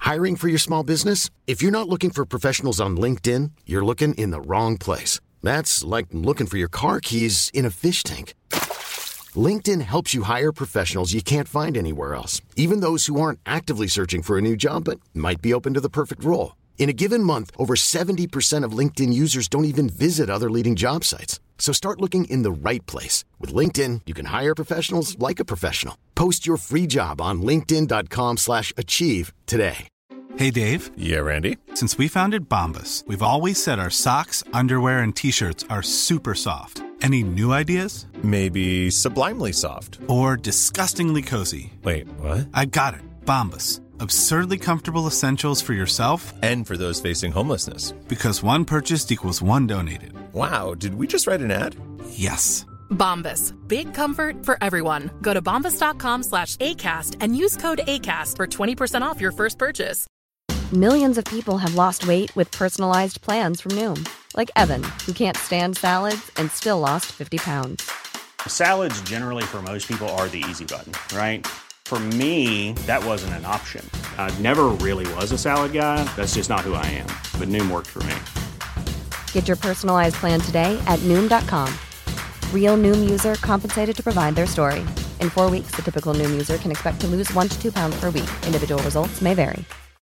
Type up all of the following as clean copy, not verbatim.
Hiring for your small business? If you're not looking for professionals on LinkedIn, you're looking in the wrong place. That's like looking for your car keys in a fish tank. LinkedIn helps you hire professionals you can't find anywhere else, even those who aren't actively searching for a new job but might be open to the perfect role. In a given month, over 70% of LinkedIn users don't even visit other leading job sites. So start looking in the right place. With LinkedIn, you can hire professionals like a professional. Post your free job on linkedin.com/achieve today. Hey, Dave. Yeah, Randy. Since we founded Bombas, we've always said our socks, underwear, and T-shirts are super soft. Any new ideas? Maybe sublimely soft. Or disgustingly cozy. Wait, what? I got it. Bombas. Absurdly comfortable essentials for yourself and for those facing homelessness. Because one purchased equals one donated. Wow, did we just write an ad? Yes. Bombas. Big comfort for everyone. Go to bombas.com/ACAST and use code ACAST for 20% off your first purchase. Millions of people have lost weight with personalized plans from Noom. Like Evan, who can't stand salads and still lost 50 pounds. Salads generally for most people are the easy button, right? For me, that wasn't an option. I never really was a salad guy. That's just not who I am. But Noom worked for me. Get your personalized plan today at Noom.com. Real Noom user compensated to provide their story. In 4 weeks, the typical Noom user can expect to lose 1 to 2 pounds per week. Individual results may vary.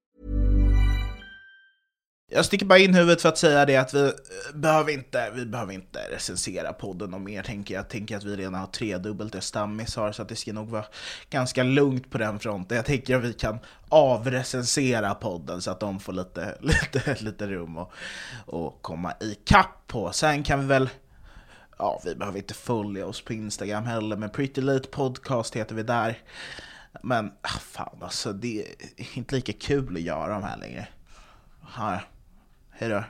Jag sticker bara in huvudet för att säga det att vi behöver inte recensera podden och mer, tänker jag. Tänker att vi redan har 3-dubbelt det Stammis har, så att det ska nog vara ganska lugnt på den fronten. Jag tänker att vi kan avrecensera podden så att de får lite rum och komma i kapp på. Sen kan vi väl, ja, vi behöver inte följa oss på Instagram heller, men Pretty Late Podcast heter vi där. Men fan alltså, det är inte lika kul att göra de här längre. Ja, hej då.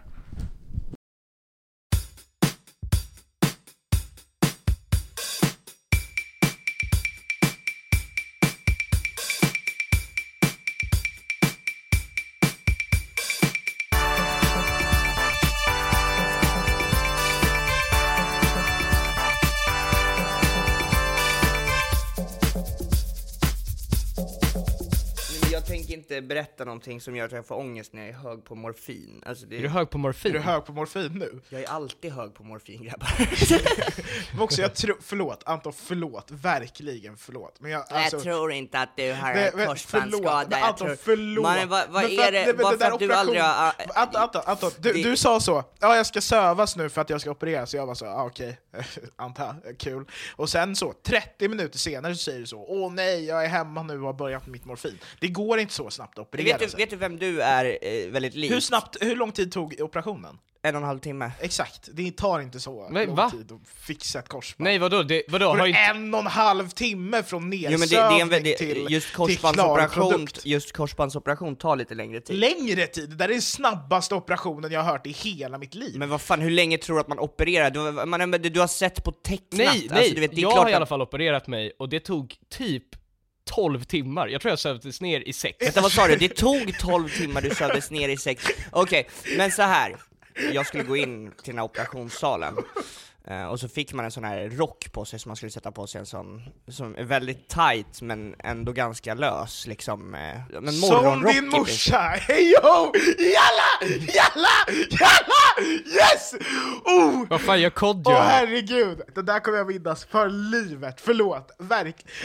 Jag tänker inte berätta någonting som gör att jag får ångest när jag är hög på morfin. Alltså Är du hög på morfin? Är du hög på morfin nu? Jag är alltid hög på morfin, grabbar. Men också, jag tror, förlåt, Anton, verkligen förlåt. Men jag tror inte att du har en korsbandsskada. Anton, förlåt. Man, vad är det? Varför att du aldrig har... Anton, du sa så, ja, jag ska sövas nu för att jag ska operera. Så jag var så, okej, anta, kul. Och sen så, 30 minuter senare så säger du så, åh nej, jag är hemma nu och har börjat med mitt morfin. Det går inte så snabbt att operera. Vet du vem du är väldigt lik? Hur lång tid tog operationen? 1,5 timme. Exakt, det tar inte så lång tid att fixa ett korsband. Nej, vadå? Har 1,5 timme från nedsövning till korsbandsoperation. Just korsbandsoperation tar lite längre tid. Längre tid? Det där är den snabbaste operationen jag har hört i hela mitt liv. Men vad fan, hur länge tror du att man opererar? Du har sett på tecknat. Nej, alltså, du vet, det är jag klart har i alla fall opererat mig och det tog typ 12 timmar. Jag tror jag sövdes ner i 6. Vänta, vad sa du? Det tog 12 timmar du sövdes ner i 6. Okej, men så här. Jag skulle gå in till den här operationssalen och så fick man en sån här rock på sig som man skulle sätta på sig, en sån som är väldigt tight men ändå ganska lös liksom, men som din morsa. Hej ho! Jalla! Yes! Vad fan, jag kodjar. Herregud, det där kommer jag minnas för livet. Förlåt, verkligen.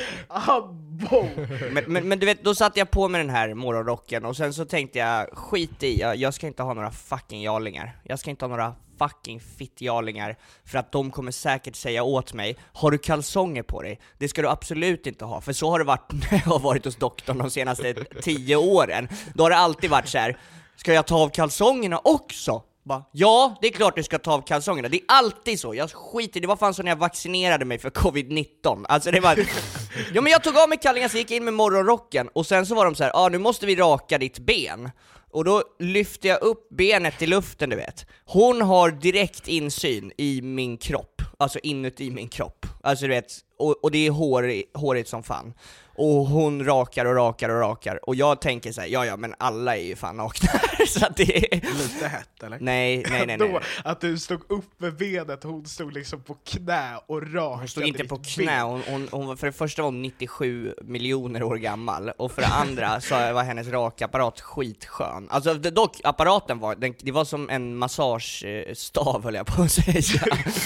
Men du vet, då satte jag på mig den här morgonrocken och sen så tänkte jag, skit i, jag ska inte ha några fucking jarlingar. Jag ska inte ha några fucking fittjarlingar, för att de kommer säkert säga åt mig, har du kalsonger på dig? Det ska du absolut inte ha, för så har det varit när jag har varit hos doktorn de senaste 10 åren. Då har det alltid varit så här: ska jag ta av kalsongerna också? Ja, det är klart du ska ta av kalsongerna. Det är alltid så, jag skiter. Det var fan så när jag vaccinerade mig för covid-19. Alltså det var... Ja, men jag tog av mig kallingarna, så gick in med morgonrocken. Och sen så var de så här: nu måste vi raka ditt ben. Och då lyfte jag upp benet i luften, du vet. Hon har direkt insyn i min kropp. Alltså inuti min kropp. Alltså du vet, och det är hårigt som fan. Och hon rakar. Och jag tänker så här, ja men alla är ju fan nakna. Så att det är... Lite hett, eller? Nej. Då, att du stod upp med benet, hon stod liksom på knä och rakade. Hon stod inte på knä, hon för det första var hon 97 miljoner år gammal. Och för det andra så var hennes rakapparat skitskön. Alltså dock, apparaten var, det var som en massagestav, höll jag på att säga.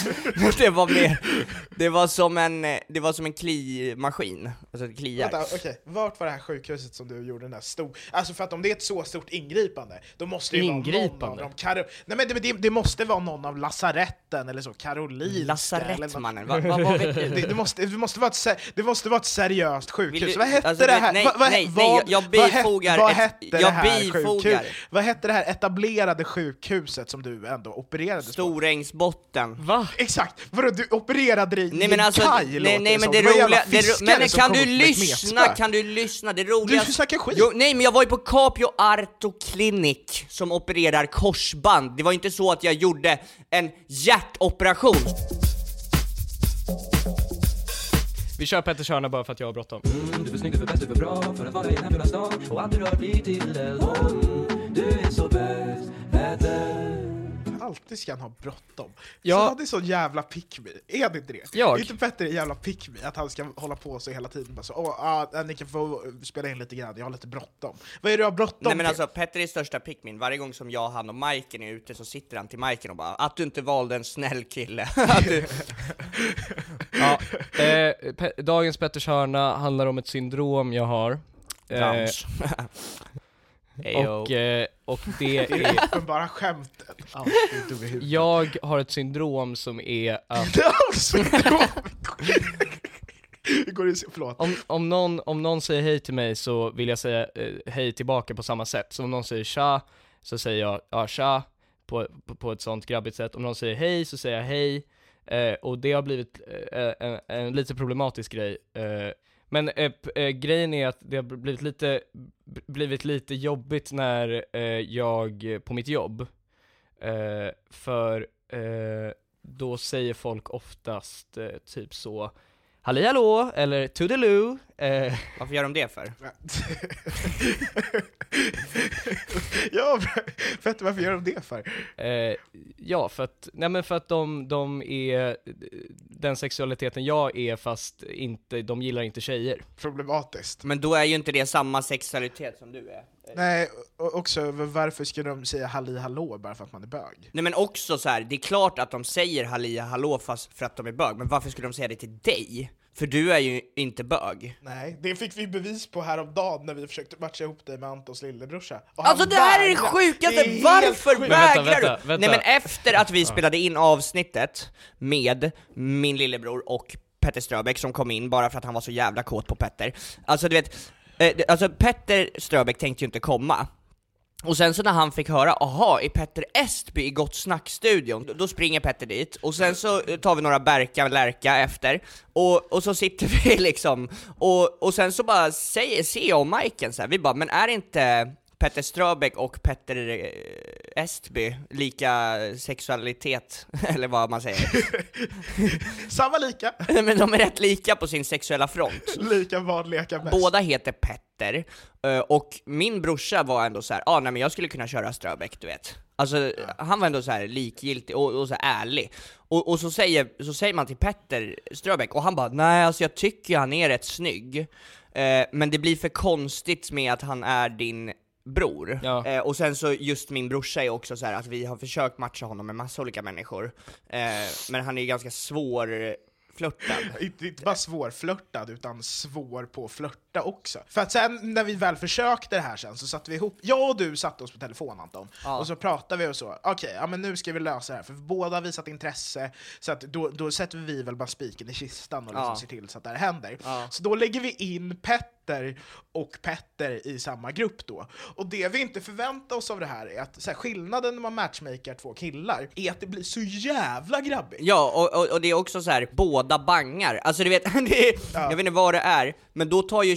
Det var som en klimaskin. Alltså ett kliar. Okej, vart var det här sjukhuset som du gjorde den där alltså för att om det är ett så stort ingripande, då måste det ju vara någon av dem. Nej men det måste vara någon av lasaretten eller så, Karolinska. Lasarettmannen, vad vet du? Det måste vara ett seriöst sjukhus. Vad hette alltså, det här? Jag bifogar. Vad hette det här etablerade sjukhuset som du ändå opererade på? Storängsbotten. Va? Exakt. Vadå, du opererade i nej, men alltså, kaj? Nej, men det roliga, men kan du lyssna? Det roliga. Du snackar skit. Nej, men jag var ju på Capio Arto Clinic som opererar korsband. Det var inte så att jag gjorde en hjärtoperation. Vi kör Petter Körna bara för att jag har bråttom. Du är för snygg, du är för bäst, du är för bra för att vara i den här fula stan. Och allt du rör blir till eld. Du är så bäst, Petter. Alltid ska han ha bråttom. Ja. Så han är så jävla pick me. Är det inte det? Jag? Inte Petter är jävla pick me, att han ska hålla på så hela tiden. Bara så, ni kan få spela in lite grann, jag har lite bråttom. Vad är det du har bråttom Nej men till? alltså, Petter är största pick me. Varje gång som jag, han och Majken är ute så sitter han till Majken och bara, att du inte valde en snäll kille. Ja, dagens Petters hörna handlar om ett syndrom jag har. Och det är bara skämtet. Jag har ett syndrom som är att om någon säger hej till mig så vill jag säga hej tillbaka på samma sätt. Så om någon säger tja så säger jag ja tja på ett sånt grabbigt sätt. Om någon säger hej så säger jag hej. Och det har blivit en lite problematisk grej. Men grejen är att det har blivit lite jobbigt när jag på mitt jobb. För då säger folk oftast typ så halli hallå eller toodaloo. Varför gör de det för? Ja, för varför gör de det för? Ja, för att de är den sexualiteten jag är, fast inte, de gillar inte tjejer. Problematiskt. Men då är ju inte det samma sexualitet som du är. Nej, och också varför ska de säga halli hallå bara för att man är bög? Nej men också så här, det är klart att de säger halli hallå fast för att de är bög, men varför skulle de säga det till dig? För du är ju inte bög. Nej, det fick vi bevis på häromdagen när vi försökte matcha ihop dig med Antons lillebrorsa. Alltså det här är det sjukaste, varför vägrar du? Vänta. Nej men efter att vi spelade in avsnittet med min lillebror och Petter Ströbeck som kom in bara för att han var så jävla kåt på Petter. Alltså du vet, Petter Ströbeck tänkte ju inte komma. Och sen så när han fick höra, aha, är Petter Estby i Gott Snack-studion? Då springer Petter dit, och sen så tar vi några lärka efter, och så sitter vi liksom, och sen så bara ser jag och Majken så här, vi bara, men är inte Petter Ströbeck och Petter Estby lika sexualitet, eller vad man säger? Samma lika. Men de är rätt lika på sin sexuella front. Lika vad leka bäst. Båda heter Petter, och min brorsa var ändå så här, nej men jag skulle kunna köra Ströbeck, du vet. Alltså han var ändå så här likgiltig och så ärlig. Och så säger man till Petter Ströbeck, och han bara, nej alltså jag tycker han är rätt snygg. Men det blir för konstigt med att han är din bror. Ja. Och sen så just min brorsa är också så här att vi har försökt matcha honom med massa olika människor. Men han är ju ganska svår flörtad. Inte bara svårflörtad utan svår på att flörta också. För att sen när vi väl försökte det här sen så satte vi ihop, jag och du satte oss på telefon Anton, och så pratade vi och så, okej, ja men nu ska vi lösa det här, för båda har visat intresse, så att då sätter vi väl bara spiken i kistan och liksom ser till så att det här händer. Så då lägger vi in Petter och Petter i samma grupp då. Och det vi inte förväntar oss av det här är att så här, skillnaden när man matchmakar två killar är att det blir så jävla grabbigt. Ja, och det är också så här, båda bangar. Alltså du vet, jag vet inte vad det är, men då tar ju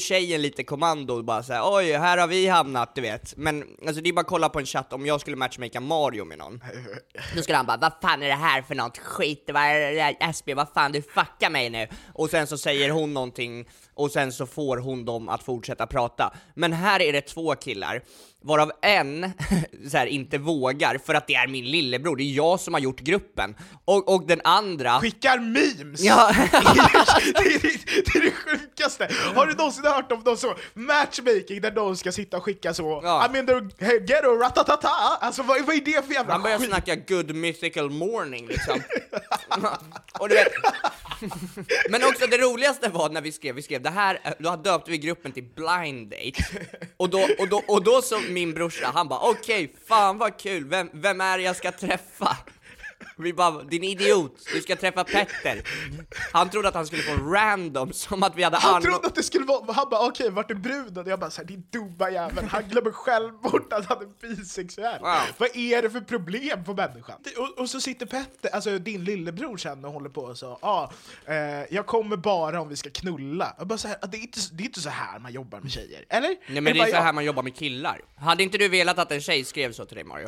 tjejen lite kommando och bara såhär, oj, här har vi hamnat, du vet. Men alltså det är bara att kolla på en chatt, om jag skulle matchmaka Mario med någon, då skulle han bara, vad fan är det här för något skit? SB, vad fan, du fuckar mig nu. Och sen så säger hon någonting, och sen så får hon dem att fortsätta prata. Men här är det 2 killar, varav en så här, inte vågar för att det är min lillebror, det är jag som har gjort gruppen. Och den andra skickar memes. Ja. det är det sjukaste. Har du någonsin hört om någon så matchmaking där någon ska sitta och skicka så, ja. I mean the ghetto ratatata. Alltså vad är det för jävla Han börjar skit? snacka good mythical morning liksom. Och du vet. Men också det roligaste var när vi skrev det här, då döpte vi gruppen till blind date. Och då så min brorsa, han bara okej, fan vad kul, vem är jag ska träffa? Vi bara, din idiot, du ska träffa Petter. Han trodde att han skulle få random, som att vi hade Han trodde att det skulle vara, han bara okej, vart är bruden? Och jag bara såhär, din dumma jävel. Han glömmer själv bort att han är bisexuell. Wow. Vad är det för problem på människan? Och så sitter Petter, alltså din lillebror sen och håller på och så, jag kommer bara om vi ska knulla. Jag bara såhär, det är inte så här man jobbar med tjejer, eller? Nej, men det är så här man jobbar med killar. Hade inte du velat att en tjej skrev så till dig, Mario?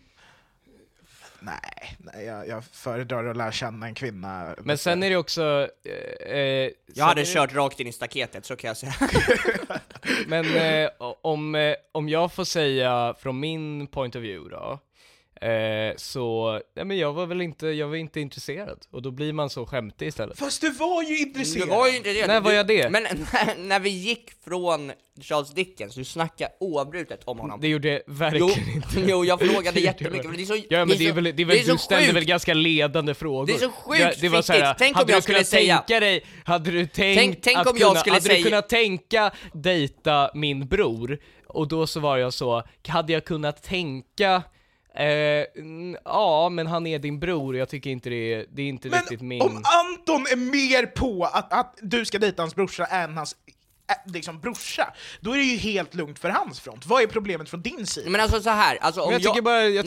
Nej, jag föredrar att lära känna en kvinna. Men sen är det också... jag hade kört rakt in i staketet, så kan jag säga. Men om jag får säga från min point of view då, så men jag var inte intresserad, och då blir man så skämtig istället. Fast du var ju intresserad. Du var ju intresserad. När var jag det? Men när vi gick från Charles Dickens, du snackade oavbrutet om honom. Det gjorde jag verkligen inte. Jo, jag frågade jättemycket, men det är så, ja, men det är väl du ställde väl ganska ledande frågor. Det är så sjukt det var så här, tänk om jag skulle säga, hade du tänkt tänk att om jag skulle hade du kunnat tänka dejta min bror? Och då så var jag så, hade jag kunnat tänka ja, men han är din bror, jag tycker inte det är inte men riktigt min... om Anton är mer på att du ska dejta hans brorsa än hans liksom brorsa, då är det ju helt lugnt för hans front. Vad är problemet från din sida? Men alltså så här, alltså om jag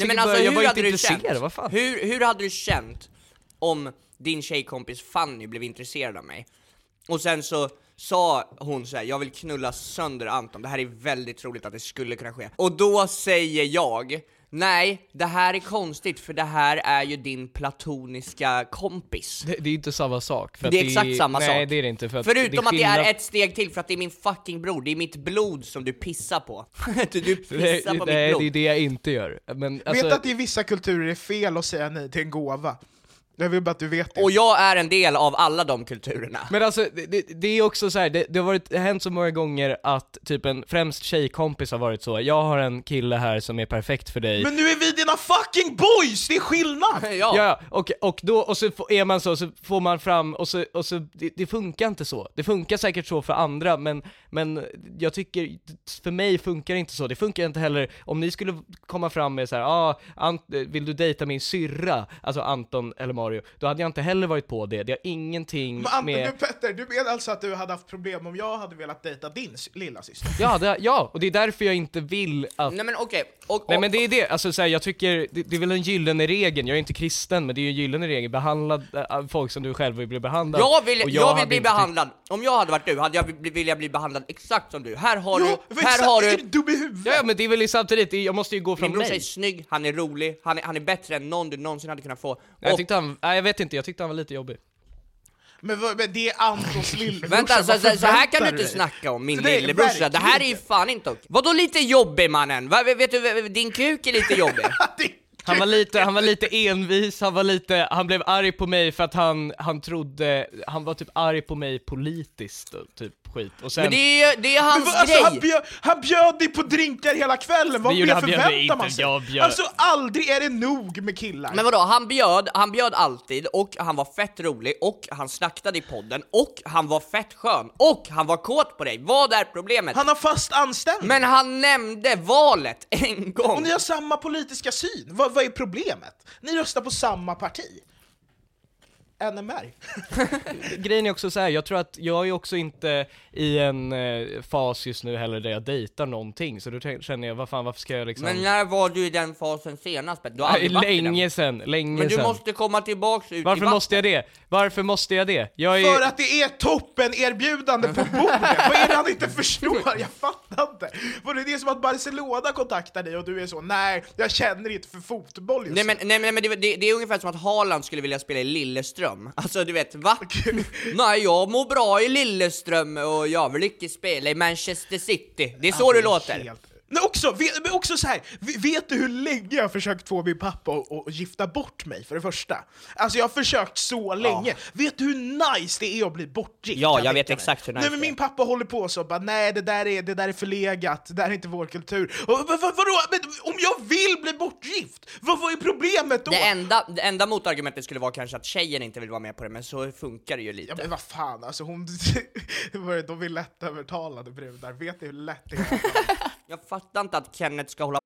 var inte intresserad, vad fan? Hur hade du känt om din tjejkompis Fanny blev intresserad av mig? Och sen så sa hon så här, jag vill knulla sönder Anton, det här är väldigt troligt att det skulle kunna ske. Och då säger jag, nej, det här är konstigt, för det här är ju din platoniska kompis. Det är inte samma sak. För det är exakt samma sak. Nej, det är det inte. För förutom att det är ett steg till, för att det är min fucking bror. Det är mitt blod som du pissar på. Du pissar på mitt blod. Nej, det är det jag inte gör. Men, alltså... Vet att i vissa kulturer är fel att säga nej till en gåva. Jag vill bara att du vet det. Och jag är en del av alla de kulturerna. Men alltså, det är också så här, det har hänt så många gånger att typ främst tjejkompis har varit så, jag har en kille här som är perfekt för dig. Men nu är vi dina fucking boys, det är skillnad! Ja, och då, och så är man så får man fram, och så det funkar inte så. Det funkar säkert så för andra, men jag tycker, för mig funkar det inte så. Det funkar inte heller om ni skulle komma fram med så här, vill du dejta min syrra? Alltså Anton eller Mario, då hade jag inte heller varit på det. Det har ingenting med... Men Petter, du menar alltså att du hade haft problem om jag hade velat dejta din lilla syster? Ja, och det är därför jag inte vill att... Nej men okej. Nej men det är det, alltså så här, jag tycker, det är väl en gyllene regel, jag är inte kristen, men det är ju en gyllene regel, behandla folk som du själv vill bli behandlad. Jag vill bli behandlad, om jag hade varit du, hade jag vilja bli behandlad exakt som du. Här har du... Är du dum i huvudet? Ja, men det är väl samtidigt, jag måste ju gå från mig. Min brorsa är mig. snygg, han är rolig, han är bättre än någon du någonsin hade kunnat få. Jag tyckte han var lite jobbig. Men det är Antons lillebrorsa. Vänta, så här kan du inte snacka om min lillebrorsa. Det här är ju fan inte okej. Vadå lite jobbig, mannen? Vet du, din kuk är lite jobbig. Han var lite envis, han blev arg på mig för att han trodde, han var typ arg på mig politiskt och typ skit. Och sen, men det är hans grej. Alltså, han bjöd dig på drinkar hela kvällen. Vad förväntar man sig? Alltså aldrig är det nog med killar. Men vadå, han bjöd alltid, och han var fett rolig, och han snackade i podden, och han var fett skön, och han var kåt på dig. Vad är problemet? Han har fast anställning. Men han nämnde valet en gång. Och ni har samma politiska syn. Vad är problemet? Ni röstar på samma parti. NMR. Grejen är också så här, jag tror att jag är också inte i en fas just nu heller där jag dejtar någonting, så då känner jag, varför ska jag liksom... Men när var du i den fasen senast? Du har aldrig varit i den. Länge sen. Men du måste komma tillbaks ut. Varför måste jag det? Varför måste jag det? För att det är toppen erbjudande på bordet. Vad är det han inte förstår? Jag fattar inte. Var det som att Barcelona kontaktar dig och du är så, nej, jag känner inte för fotboll just nej men det är ungefär som att Haaland skulle vilja spela i Lilleström. Alltså du vet, va? Nej, jag mår bra i Lilleström och jag vill inte spela i Manchester City. Det är så det låter. Men också så här, vet du hur länge jag har försökt få min pappa att gifta bort mig, för det första? Alltså jag har försökt så länge. Ja. Vet du hur nice det är att bli bortgift? Ja, jag vet exakt hur nice. Nej, men min pappa håller på så bara, nej, det där är förlegat, det där är inte vår kultur. Vadå? Men om jag vill bli bortgift, vad är problemet då? Det enda motargumentet skulle vara kanske att tjejen inte vill vara med på det, men så funkar det ju lite. Ja, men vad fan, alltså de vill lätt övertalade brudar. Vet ni hur lätt det är? Jag fattar inte att Kenneth ska hålla...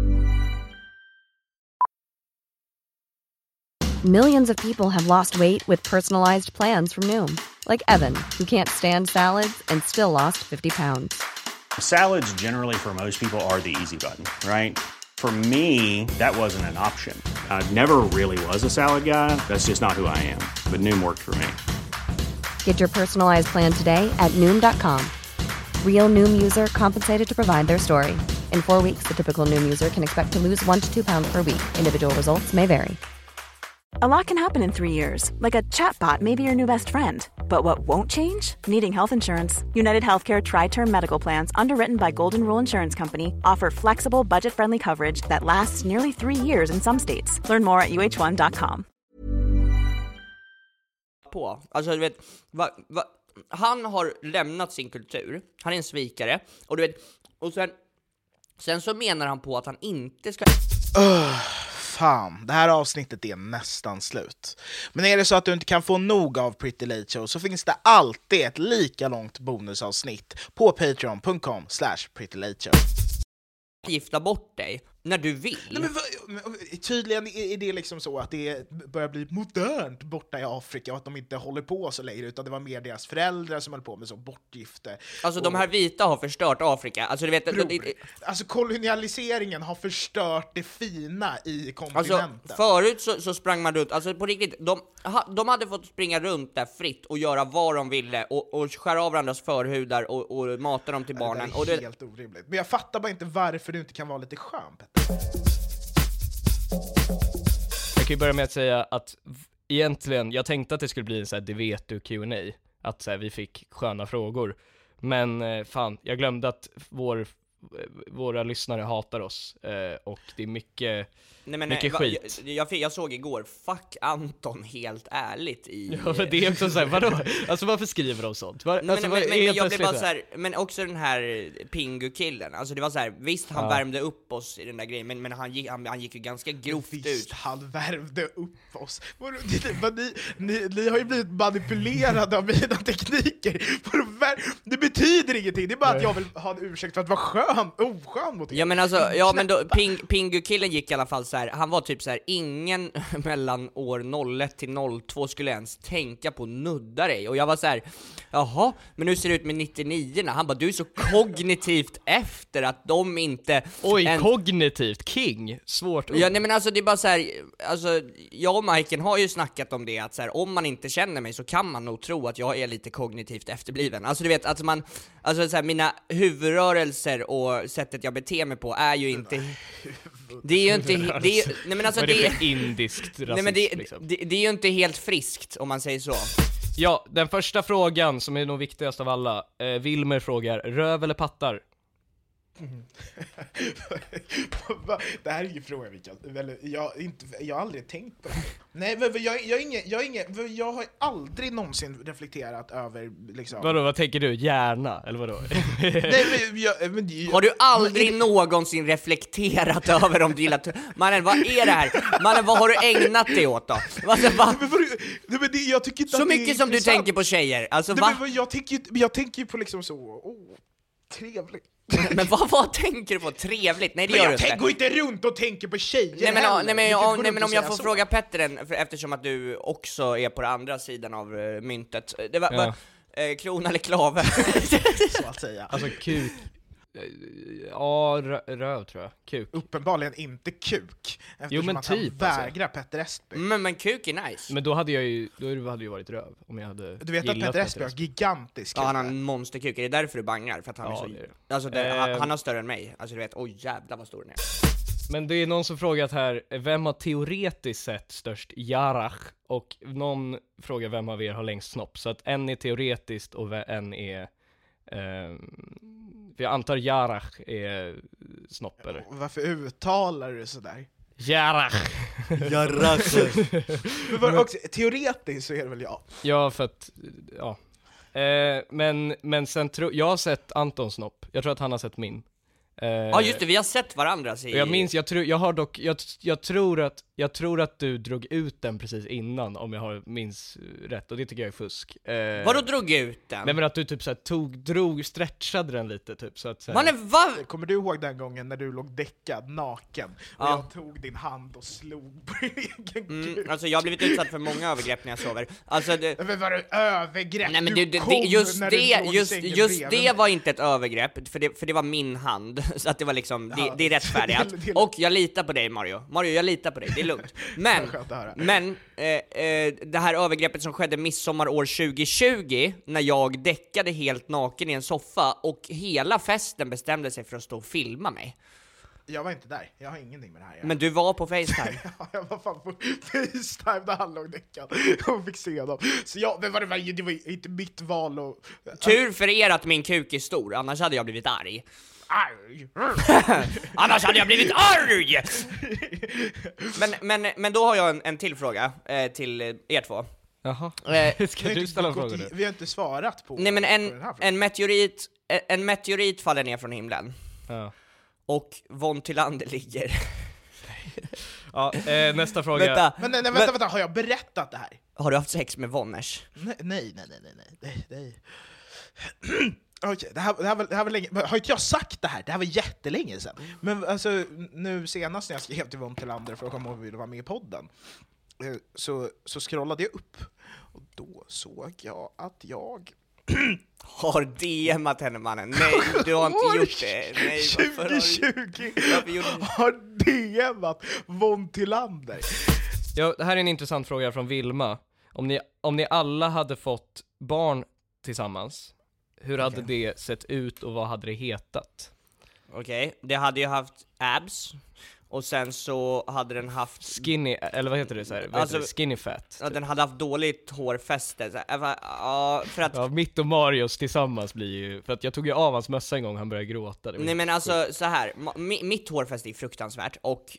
Millions of people have lost weight with personalized plans from Noom. Like Evan, who can't stand salads and still lost 50 pounds. Salads generally for most people are the easy button, right? For me, that wasn't an option. I never really was a salad guy. That's just not who I am. But Noom worked for me. Get your personalized plan today at Noom.com. Real Noom user compensated to provide their story. In 4 weeks, the typical Noom user can expect to lose 1 to 2 pounds per week. Individual results may vary. A lot can happen in 3 years, like a chatbot may be your new best friend. But what won't change? Needing health insurance. United Healthcare Tri-Term Medical Plans, underwritten by Golden Rule Insurance Company, offer flexible, budget-friendly coverage that lasts nearly 3 years in some states. Learn more at uh1.com. Alltså du vet, han har lämnat sin kultur. Han är en svikare. Och du vet, och sen så menar han på att han inte ska... Fan, det här avsnittet är nästan slut. Men är det så att du inte kan få nog av Pretty Late Show, så finns det alltid ett lika långt bonusavsnitt på patreon.com/prettylateshow. Gifta bort dig när du vill. Nej, men tydligen är det liksom så att det börjar bli modernt borta i Afrika och att de inte håller på så längre, utan det var mer deras föräldrar som höll på med så bortgifte. Alltså de här vita har förstört Afrika. Alltså du vet, alltså kolonialiseringen har förstört det fina i kontinenten. Alltså förut så sprang man runt, alltså på riktigt, de hade fått springa runt där fritt och göra vad de ville och skära av varandras förhudar och mata dem till barnen. Det är helt orimligt. Men jag fattar bara inte varför du inte kan vara lite skön, Petter. Jag kan ju börja med att säga att egentligen, jag tänkte att det skulle bli en så här det vet du Q&A, att så här, vi fick sköna frågor, men fan, jag glömde att våra lyssnare hatar oss och det är mycket skit. Jag såg igår, fuck Anton, helt ärligt i... Ja, men det är också såhär, vadå? Alltså varför skriver de sånt? Men jag blev bara såhär, men också den här Pingu-killen, alltså det var såhär, visst han värmde upp oss i den där grejen, men han gick ju ganska grovt ut. Visst han värmde upp oss. Ni har ju blivit manipulerade av mina tekniker. Det betyder ingenting, det är bara att jag vill ha en ursäkt för att vara oskön mot er. Ja men alltså, men då, Pingu-killen gick i alla fall så här, han var typ så här, ingen mellan år 01 till 02 skulle ens tänka på att nudda dig. Och jag var så här, jaha, men hur ser det ut med 99? Han bara, du är så kognitivt efter att de inte... Oj, kognitivt, king, svårt ord. Ja, nej men alltså det är bara så här, alltså jag och Majken har ju snackat om det, att så här, om man inte känner mig så kan man nog tro att jag är lite kognitivt efterbliven. Alltså du vet, att man, alltså så här, mina huvudrörelser och sättet jag beter mig på är ju inte... Det är ju inte... nej men alltså det är indiskt rasism, nej men det är ju inte helt friskt om man säger så. Ja, den första frågan som är nog viktigast av alla, Wilmer frågar, röv eller pattar? Det här är ju frågan jag har aldrig tänkt på det. Nej, men jag har aldrig någonsin reflekterat över liksom... Vadå, vad tänker du? Hjärna, eller vadå? Nej, har du aldrig någonsin reflekterat över om du gillar... Mannen, vad är det här? Mannen, vad har du ägnat dig åt då? Jag tycker inte så mycket som du tänker på tjejer. Alltså, jag tänker på liksom så... trevligt. Men vad tänker du på? Trevligt? Nej, det gör du inte. Jag går inte runt och tänker på tjejer. Nej, men om jag får fråga Petter, eftersom att du också är på den andra sidan av myntet. Det var klon eller klave? Så att säga. Alltså kuk. Ja, röv tror jag. Kuk. Uppenbarligen inte kuk. Jo, men att typ, han vägrar Petter Estby. Men kuk är nice. Men då hade det ju varit röv om jag hade. Du vet att Petter Estby har gigantisk kuk. Ja, han har en monsterkuk. Är det därför du bangar? För att han är så... Alltså, han har större än mig. Alltså du vet, jävlar vad stor den är. Men det är någon som frågat här, vem har teoretiskt sett störst Jarach? Och någon frågar vem av er har längst snopp. Så att en är teoretiskt och en är... för jag antar Jarach är snopp, eller? Varför uttalar du sådär? Jarach! Men också, teoretiskt så är det väl jag? Ja, för att... Ja. Men sen jag har sett Antons snopp. Jag tror att han har sett min. Ja just det, vi har sett varandra. Jag minns, jag tror att du drog ut den precis innan, om jag minns rätt, och det tycker jag är fusk. Vadå drog ut den? Nej men att du typ såhär stretchade den lite typ så att såhär... Kommer du ihåg den gången när du låg däckad, naken, och jag tog din hand och slog på din egen kuk? Alltså jag har blivit utsatt för många övergrepp när jag sover. Alltså Men var det övergrepp? Nej men just det var inte ett övergrepp, för det var min hand. Så att det var liksom, det är rättfärdigt. Och jag litar på dig Mario, jag litar på dig, det är lugnt. Men det här övergreppet som skedde midsommar år 2020, när jag däckade helt naken i en soffa och hela festen bestämde sig för att stå och filma mig. Jag var inte där, jag har ingenting med det här. Men du var på FaceTime. Ja, jag var fan på FaceTime där han låg däckad och fick se dem. Så det var inte mitt val och... Tur för er att min kuk är stor, annars hade jag blivit arg. Annars hade jag blivit arg! Men då har jag en till fråga till er två. Jaha. Ska du ställa en fråga nu? Vi har inte svarat på. Nej men en meteorit faller ner från himlen. Ja. Och Von Tillander ligger. Ja, nästa fråga. Vänta, har jag berättat det här? Har du haft sex med Vonners? Nej. Okej, det här var länge. Har inte jag sagt det här? Det här var jättelänge sedan. Men alltså, nu senast när jag skrev till Von Tillander för att komma och ville vara med i podden, så scrollade jag upp och då såg jag att jag har DMat henne, mannen. Nej, du har inte gjort det. Nej, 2020 har DMat Von Tillander. Ja, det här är en intressant fråga från Vilma. Om ni alla hade fått barn tillsammans, hur hade det sett ut och vad hade det hetat? Okej, det hade ju haft abs. Och sen så hade den haft... Skinny, eller vad heter det så här? Alltså, skinny fat. Ja, den hade haft dåligt hårfäste. För att... Ja, mitt och Marios tillsammans blir ju... För att jag tog ju av hans mössa en gång, han började gråta. Nej men alltså, så här. Mitt hårfäste är fruktansvärt. Och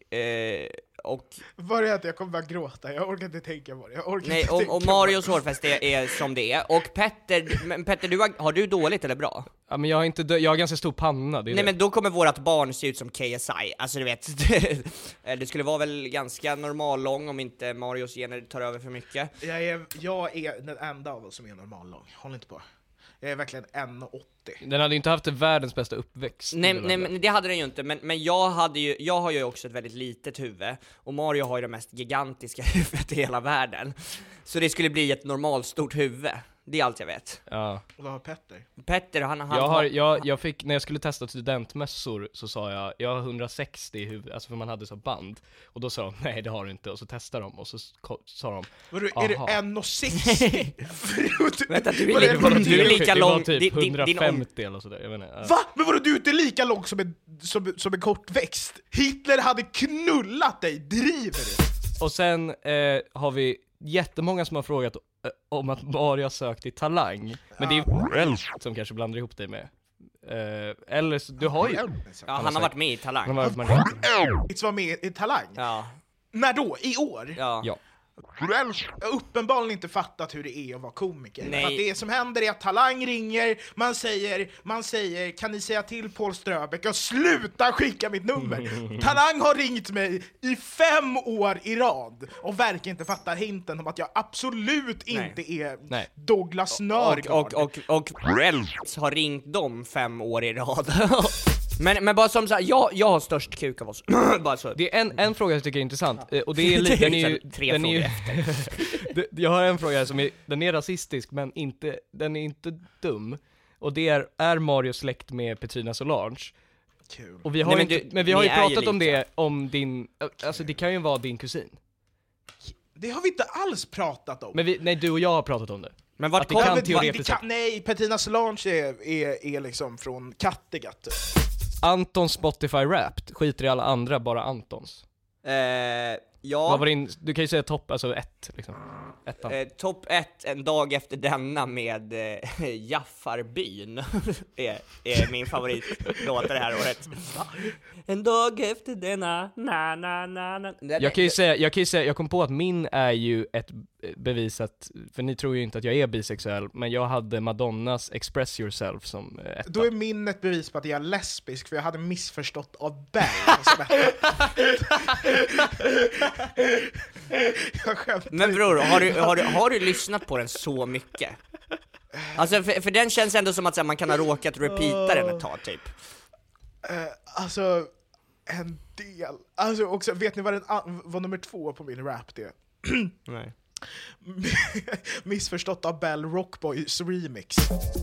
var det att jag kommer bara gråta? Jag orkar inte tänka på det. Nej, och Marios hårfäste är som det är. Och Petter, har du dåligt eller bra? Ja, men jag har ganska stor panna. Nej, men då kommer vårat barn se ut som KSI. Alltså du vet, det skulle vara väl ganska normal lång om inte Marios gener tar över för mycket. Jag är den enda av oss som är normal lång. Håll inte på. Jag är verkligen 1,80. Den hade ju inte haft världens bästa uppväxt. Nej, men det hade den ju inte. Men jag har ju också ett väldigt litet huvud. Och Mario har ju det mest gigantiska huvudet i hela världen. Så det skulle bli ett normalstort huvud. Det är allt jag vet. Ja. Och vad har Petter? Petter, jag fick, när jag skulle testa studentmässor så sa jag har 160 i huvudet, alltså för man hade så band. Och då sa de, nej det har du inte. Och så testade de och så sa de, är du 1,60? Vänta, du är lika lång. Det var typ 150 eller sådär, jag vet inte. Va? Men vadå, du är inte lika lång som en kortväxt? Hitler hade knullat dig, driver du? Och sen har vi jättemånga som har frågat om att Mario har sökt i Talang. Men det är som kanske blandar ihop dig med. Eller så, du har ju... Ja, han har varit med i Talang. Han var med i Talang? Ja. När då? I år? Ja. uppenbarligen inte fattat hur det är att vara komiker. Nej. För att det som händer är att Talang ringer, man säger kan ni säga till Paul Ströbeck och sluta skicka mitt nummer. Talang har ringt mig i 5 år i rad och verkar inte fatta hinten om att jag absolut inte är Douglas Nörgaard. Och har ringt dem 5 år i rad. Men bara som så här, jag har störst kuk av oss. Bara så. Det är en fråga jag tycker är intressant, och det är lite, den är ju, den är ju jag har en fråga här som den är rasistisk, men den är inte dum. Och det är Mario släkt med Petrina Solange? Kul. Och vi har men vi har ju pratat om det, om din, alltså det kan ju vara din kusin. Det har vi inte alls pratat om. Men nej, du och jag har pratat om det. Men vart kom nej, Petrina Solange är liksom från Kattegatt. Antons Spotify Wrapped, skiter i alla andra, bara Antons. Ja. Vad var du kan ju säga topp, alltså 1 liksom. Topp 1, en dag efter denna med Jaffarbyn är min favoritlåt det här året. En dag efter denna, na. Jag kan ju säga, jag kom på att min är ju ett bevisat, för ni tror ju inte att jag är bisexuell, men jag hade Madonnas Express Yourself som etta. Då är min ett bevis på att jag är lesbisk, för jag hade missförstått av Bell Men bror, har du lyssnat på den så mycket? Alltså för den känns ändå som att så här, man kan ha råkat repeata den ett tag typ. Alltså en del. Alltså också, vet ni vad nummer 2 på min rap är? Nej. Missförstått av Bell Rockboys remix.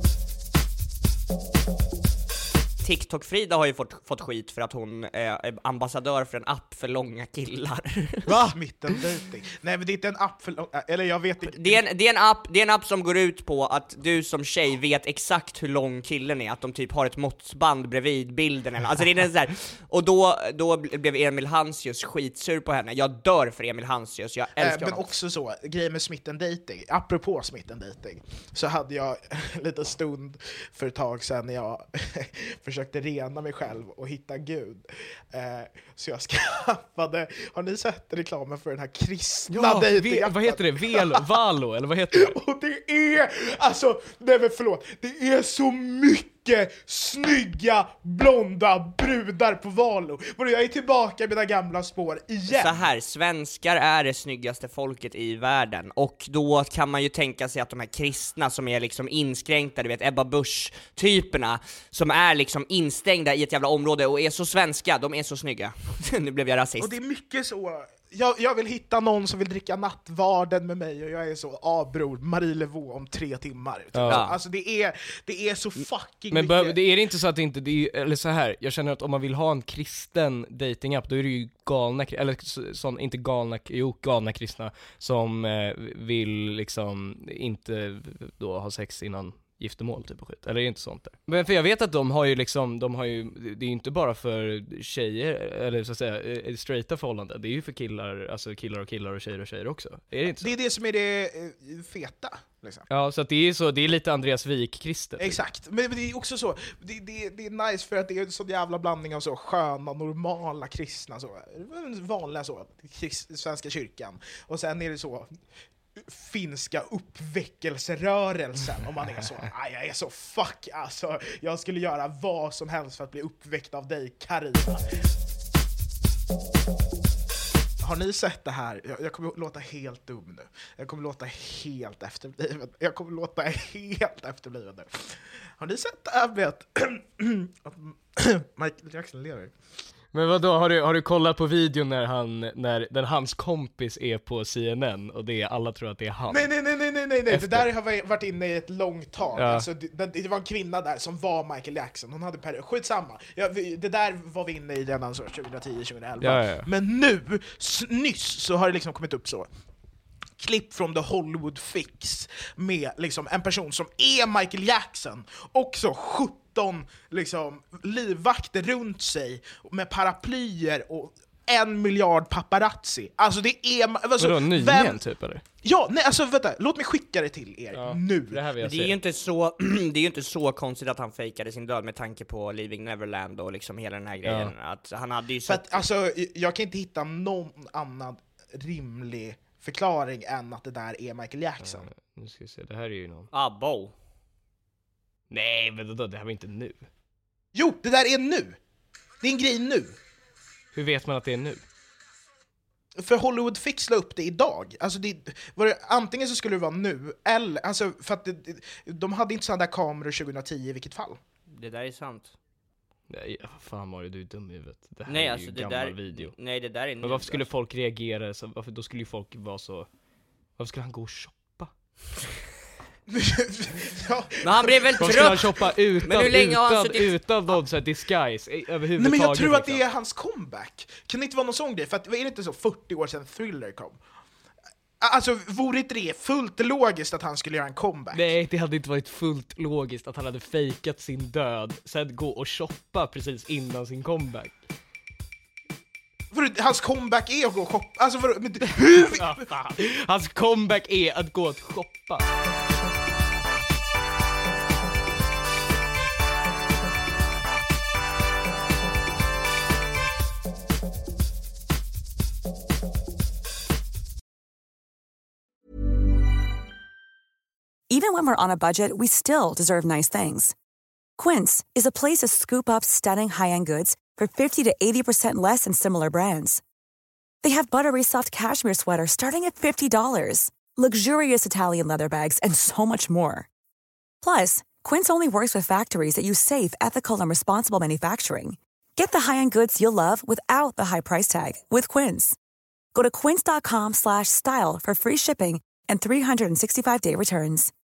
TikTok-Frida har ju fått skit för att hon är ambassadör för en app för långa killar. Va? Mittendating. Nej, men det är inte en app för eller jag vet inte. Det är en app som går ut på att du som tjej vet exakt hur lång killen är, att de typ har ett måttband bredvid bilden eller. Alltså det är så här. Och då blev Emil Hansius skitsur på henne. Jag dör för Emil Hansius. Jag älskar men honom. också så grejen med Mittendating. Apropå Mittendating så hade jag en liten stund för ett tag sedan när jag försökte rena mig själv och hitta Gud. Så jag skaffade, har ni sett reklamen för den här kristna dating? Vad heter det? Valo, eller vad heter det? Och det är, alltså, nej men förlåt, det är så mycket snygga, blonda brudar på Valo. Jag är tillbaka i mina gamla spår igen. Så här, svenskar är det snyggaste folket i världen. Och då kan man ju tänka sig att de här kristna som är liksom inskränkta, du vet Ebba Busch-typerna, som är liksom instängda i ett jävla område och är så svenska, de är så snygga. Nu blev jag rasist. Och det är mycket så. Jag vill hitta någon som vill dricka nattvarden med mig, och jag är så, bror, Marie Levaux om 3 timmar. Typ. Ja. Alltså det är så fucking men mycket. det är inte så att det inte, eller så här, jag känner att om man vill ha en kristen datingapp, då är det ju galna kristna som vill liksom inte då ha sex innan giftermål typ och skit. Eller är det inte sånt där? Men för jag vet att de har ju det är ju inte bara för tjejer, eller så att säga straighta förhållanden. Det är ju för killar, alltså killar och tjejer också. Är det inte så? Det är det som är det feta liksom. Ja, så att det är lite Andreas Wik-kristet. Exakt, men det är också så, det är nice för att det är en sån jävla blandning av så sköna, normala kristna, så vanliga så, Svenska kyrkan, och sen är det så finska uppväckelserörelsen, om man är så, jag är så fuck, alltså jag skulle göra vad som helst för att bli uppväckt av dig, Karina. Har ni sett det här? Jag kommer låta helt dum nu. Jag kommer låta helt efterbliven. Nu. Har ni sett det här med att Michael Jackson lever? Men vadå, har du kollat på videon när hans kompis är på CNN och alla tror att det är han? Nej. Det där har varit inne i ett långt tag. Ja. Alltså, det var en kvinna där som var Michael Jackson. Hon hade skitsamma. Det där var vi inne i redan så 2010-2011. Ja. Men nu, nyss, så har det liksom kommit upp så klipp från The Hollywood Fix med liksom en person som är Michael Jackson, också 17 liksom livvakter runt sig med paraplyer och 1 miljard paparazzi. Alltså det är alltså, vadå, nyligen typ eller? Ja, nej, alltså vänta, låt mig skicka det till er nu. Det är ju inte så konstigt att han fejkade sin död med tanke på Leaving Neverland och liksom hela den här grejen. Att han hade ju för att, alltså, jag kan inte hitta någon annan rimlig förklaring än att det där är Michael Jackson. Nu ska vi se, det här är ju någon... Bo. Nej, men det här var inte nu. Jo, det där är nu! Det är en grej nu. Hur vet man att det är nu? För Hollywood Fix la upp det idag. Alltså antingen så skulle det vara nu, eller, alltså, för att de hade inte sådana där kameror 2010 i vilket fall. Det där är sant. Nej, fan Mario, du är dum i huvudet. Det här Nej, är alltså, ju det gammal där, video. Nej, det där är men varför skulle folk reagera så? Då skulle ju folk vara så... Varför skulle han gå och shoppa? Ja. Men han blev väl trött? Skulle han shoppa utan någon sån här disguise överhuvudtaget? Nej, men jag tror att liksom. det är hans comeback. Kan det inte vara någon sån grej? För att, är det inte så 40 år sedan Thriller kom? Alltså, vore inte det fullt logiskt att han skulle göra en comeback? Nej, det hade inte varit fullt logiskt att han hade fejkat sin död, sen gå och shoppa precis innan sin comeback. Hans comeback är att gå och shoppa. Alltså, hans comeback är att gå och shoppa. Even when we're on a budget, we still deserve nice things. Quince is a place to scoop up stunning high-end goods for 50 to 80% less than similar brands. They have buttery soft cashmere sweaters starting at $50, luxurious Italian leather bags, and so much more. Plus, Quince only works with factories that use safe, ethical, and responsible manufacturing. Get the high-end goods you'll love without the high price tag with Quince. Go to quince.com/style for free shipping and 365-day returns.